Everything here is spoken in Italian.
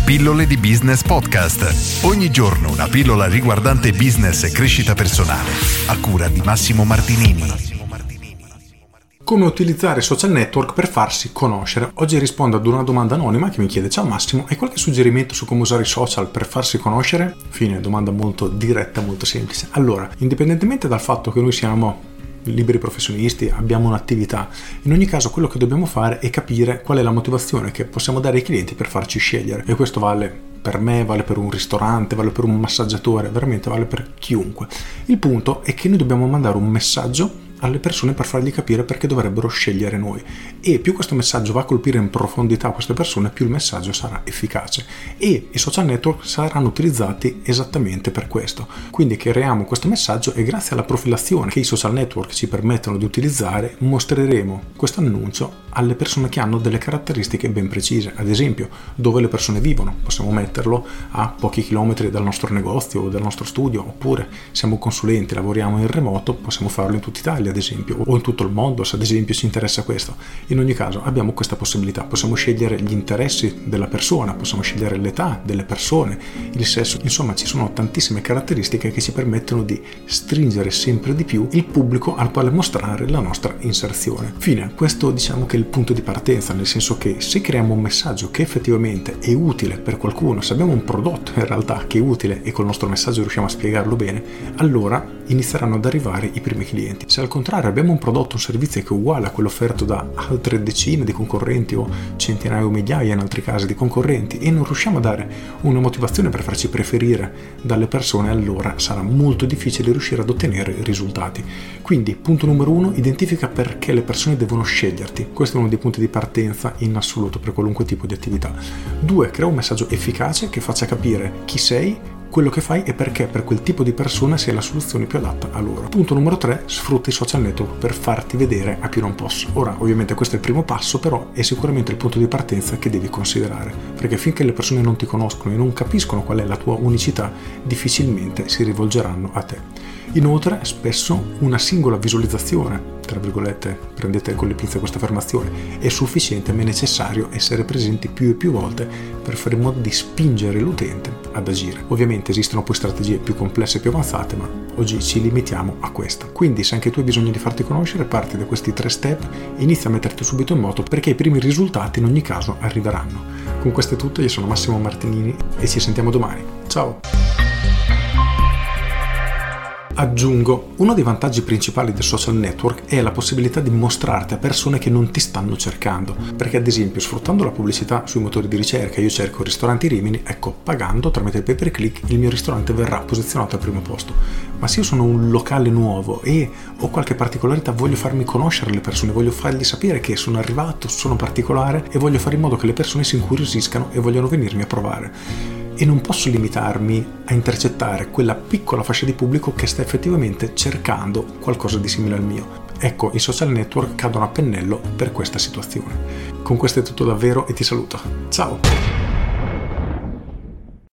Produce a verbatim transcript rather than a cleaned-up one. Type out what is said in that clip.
Pillole di Business Podcast. Ogni giorno una pillola riguardante business e crescita personale. A cura di Massimo Martinini. Come utilizzare i social network per farsi conoscere? Oggi rispondo ad una domanda anonima che mi chiede: ciao Massimo, hai qualche suggerimento su come usare i social per farsi conoscere? Fine, domanda molto diretta, molto semplice. Allora, indipendentemente dal fatto che noi siamo liberi professionisti, abbiamo un'attività, in ogni caso quello che dobbiamo fare è capire qual è la motivazione che possiamo dare ai clienti per farci scegliere, e questo vale per me, vale per un ristorante, vale per un massaggiatore, veramente vale per chiunque. Il punto è che noi dobbiamo mandare un messaggio alle persone per fargli capire perché dovrebbero scegliere noi, e più questo messaggio va a colpire in profondità queste persone, più il messaggio sarà efficace, e i social network saranno utilizzati esattamente per questo. Quindi creiamo questo messaggio e grazie alla profilazione che i social network ci permettono di utilizzare mostreremo questo annuncio alle persone che hanno delle caratteristiche ben precise. Ad esempio, dove le persone vivono, possiamo metterlo a pochi chilometri dal nostro negozio o dal nostro studio, oppure siamo consulenti, lavoriamo in remoto, possiamo farlo in tutta Italia ad esempio, o in tutto il mondo se ad esempio ci interessa questo. In ogni caso abbiamo questa possibilità, possiamo scegliere gli interessi della persona, possiamo scegliere l'età delle persone, il sesso, insomma ci sono tantissime caratteristiche che ci permettono di stringere sempre di più il pubblico al quale mostrare la nostra inserzione. Fine, questo diciamo che è il punto di partenza, nel senso che se creiamo un messaggio che effettivamente è utile per qualcuno, se abbiamo un prodotto in realtà che è utile e col nostro messaggio riusciamo a spiegarlo bene, allora inizieranno ad arrivare i primi clienti. Se al contrario abbiamo un prodotto, un servizio che è uguale a quello offerto da altre decine di concorrenti o centinaia o migliaia in altri casi di concorrenti e non riusciamo a dare una motivazione per farci preferire dalle persone, allora sarà molto difficile riuscire ad ottenere risultati. Quindi punto numero uno, identifica perché le persone devono sceglierti. Questo è uno dei punti di partenza in assoluto per qualunque tipo di attività. Due, crea un messaggio efficace che faccia capire chi sei, quello che fai e perché per quel tipo di persona sei la soluzione più adatta a loro. Punto numero tre, sfrutta i social network per farti vedere a più non posso. Ora, ovviamente questo è il primo passo, però è sicuramente il punto di partenza che devi considerare, perché finché le persone non ti conoscono e non capiscono qual è la tua unicità, difficilmente si rivolgeranno a te. Inoltre, spesso una singola visualizzazione, tra virgolette, prendete con le pinze questa affermazione, è sufficiente, ma è necessario essere presenti più e più volte per fare in modo di spingere l'utente ad agire. Ovviamente esistono poi strategie più complesse e più avanzate, ma oggi ci limitiamo a questa. Quindi se anche tu hai bisogno di farti conoscere, parti da questi tre step e inizia a metterti subito in moto, perché i primi risultati in ogni caso arriveranno. Con questo è tutto, io sono Massimo Martinini e ci sentiamo domani. Ciao! Aggiungo, uno dei vantaggi principali del social network è la possibilità di mostrarti a persone che non ti stanno cercando, perché ad esempio sfruttando la pubblicità sui motori di ricerca, io cerco ristoranti Rimini, ecco, pagando tramite il pay per click il mio ristorante verrà posizionato al primo posto. Ma se io sono un locale nuovo e ho qualche particolarità, voglio farmi conoscere le persone, voglio fargli sapere che sono arrivato, sono particolare e voglio fare in modo che le persone si incuriosiscano e vogliano venirmi a provare. E non posso limitarmi a intercettare quella piccola fascia di pubblico che sta effettivamente cercando qualcosa di simile al mio. Ecco, i social network cadono a pennello per questa situazione. Con questo è tutto davvero e ti saluto. Ciao!